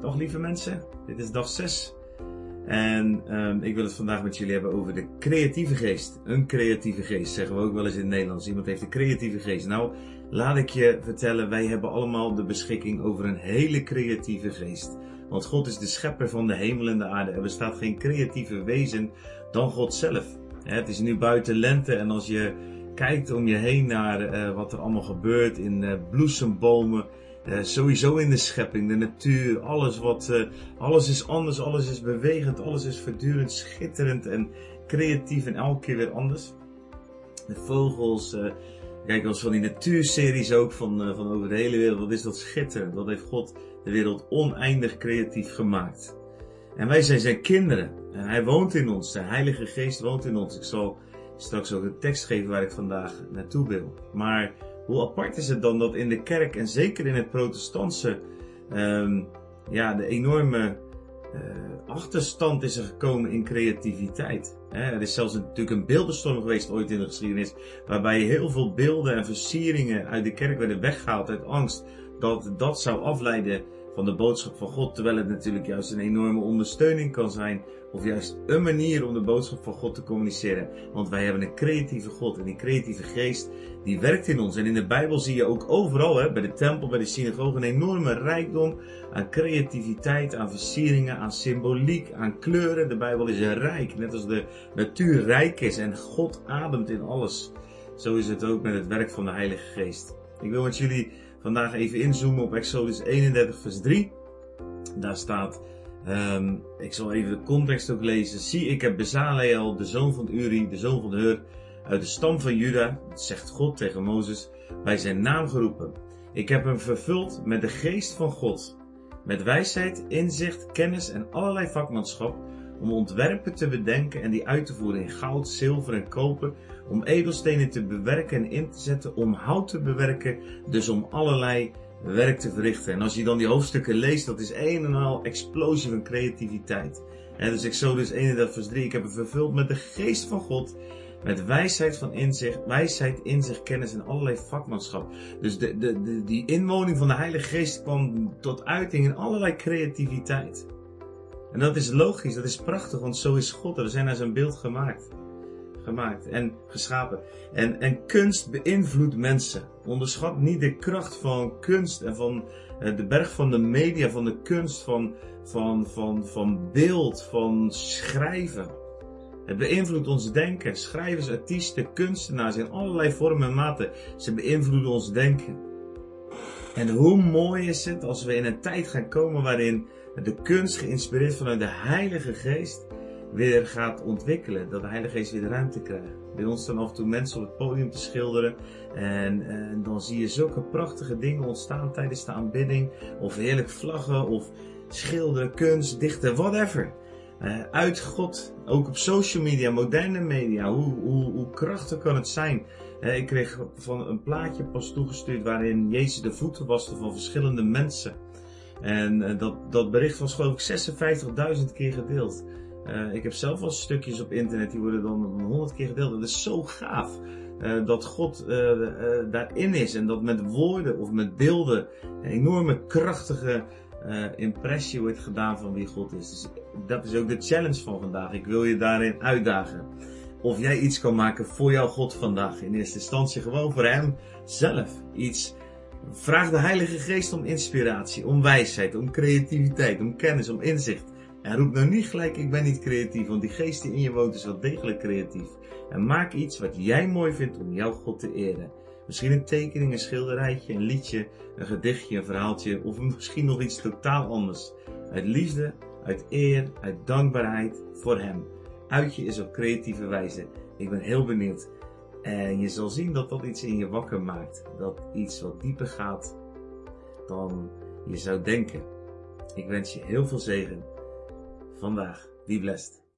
Dag lieve mensen, dit is dag 6 en ik wil het vandaag met jullie hebben over de creatieve geest. Een creatieve geest, zeggen we ook wel eens in het Nederlands. Iemand heeft een creatieve geest. Nou, laat ik je vertellen, wij hebben allemaal de beschikking over een hele creatieve geest. Want God is de schepper van de hemel en de aarde. Er bestaat geen creatieve wezen dan God zelf. Het is nu buiten lente en als je kijkt om je heen naar wat er allemaal gebeurt in bloesembomen, sowieso in de schepping, de natuur, alles is anders, alles is bewegend, alles is voortdurend schitterend en creatief en elke keer weer anders. De vogels, kijk als van die natuurseries ook van over de hele wereld, wat is dat schitterend, wat heeft God de wereld oneindig creatief gemaakt. En wij zijn zijn kinderen en hij woont in ons, de Heilige Geest woont in ons. Ik zal straks ook een tekst geven waar ik vandaag naartoe wil. Maar hoe apart is het dan dat in de kerk en zeker in het protestantse de enorme achterstand is er gekomen in creativiteit. Er is zelfs natuurlijk een beeldenstorm geweest ooit in de geschiedenis waarbij heel veel beelden en versieringen uit de kerk werden weggehaald uit angst dat zou afleiden van de boodschap van God, terwijl het natuurlijk juist een enorme ondersteuning kan zijn, of juist een manier om de boodschap van God te communiceren. Want wij hebben een creatieve God en die creatieve geest, die werkt in ons. En in de Bijbel zie je ook overal, bij de tempel, bij de synagoge, een enorme rijkdom aan creativiteit, aan versieringen, aan symboliek, aan kleuren. De Bijbel is rijk, net als de natuur rijk is en God ademt in alles. Zo is het ook met het werk van de Heilige Geest. Ik wil met jullie vandaag even inzoomen op Exodus 31 vers 3. Daar staat, ik zal even de context ook lezen. Zie, ik heb Bezaleel, de zoon van Uri, de zoon van Hur, uit de stam van Juda, zegt God tegen Mozes, bij zijn naam geroepen. Ik heb hem vervuld met de geest van God, met wijsheid, inzicht, kennis en allerlei vakmanschap, om ontwerpen te bedenken en die uit te voeren in goud, zilver en koper, om edelstenen te bewerken en in te zetten, om hout te bewerken, dus om allerlei werk te verrichten. En als je dan die hoofdstukken leest, dat is een en al explosie van creativiteit. Dus Exodus 31 vers 3, ik heb het vervuld met de geest van God, met wijsheid, inzicht, kennis en allerlei vakmanschap. Dus die inwoning van de Heilige Geest kwam tot uiting in allerlei creativiteit. En dat is logisch, dat is prachtig, want zo is God. We zijn naar zijn beeld gemaakt en geschapen. En kunst beïnvloedt mensen. Onderschat niet de kracht van kunst en van de berg van de media, van de kunst, van beeld, van schrijven. Het beïnvloedt ons denken. Schrijvers, artiesten, kunstenaars in allerlei vormen en maten. Ze beïnvloeden ons denken. En hoe mooi is het als we in een tijd gaan komen waarin de kunst geïnspireerd vanuit de Heilige Geest weer gaat ontwikkelen. Dat de Heilige Geest weer de ruimte krijgt. Bij ons staan af en toe mensen op het podium te schilderen. En dan zie je zulke prachtige dingen ontstaan tijdens de aanbidding. Of heerlijk vlaggen, of schilderen, kunst, dichten, whatever. Uit God, ook op social media, moderne media. Hoe krachtig kan het zijn? Ik kreeg van een plaatje pas toegestuurd waarin Jezus de voeten waste van verschillende mensen. En dat bericht was geloof ik 56.000 keer gedeeld. Ik heb zelf wel stukjes op internet, die worden dan 100 keer gedeeld. Dat is zo gaaf dat God daarin is en dat met woorden of met beelden een enorme krachtige impressie wordt gedaan van wie God is. Dus dat is ook de challenge van vandaag. Ik wil je daarin uitdagen. Of jij iets kan maken voor jouw God vandaag. In eerste instantie gewoon voor hem zelf iets. Vraag de Heilige Geest om inspiratie, om wijsheid, om creativiteit, om kennis, om inzicht. En roep nou niet gelijk, ik ben niet creatief, want die geest die in je woont is wel degelijk creatief. En maak iets wat jij mooi vindt om jouw God te eren. Misschien een tekening, een schilderijtje, een liedje, een gedichtje, een verhaaltje of misschien nog iets totaal anders. Uit liefde, uit eer, uit dankbaarheid voor hem. Uit je is op creatieve wijze. Ik ben heel benieuwd. En je zal zien dat dat iets in je wakker maakt. Dat iets wat dieper gaat dan je zou denken. Ik wens je heel veel zegen vandaag. Be blessed.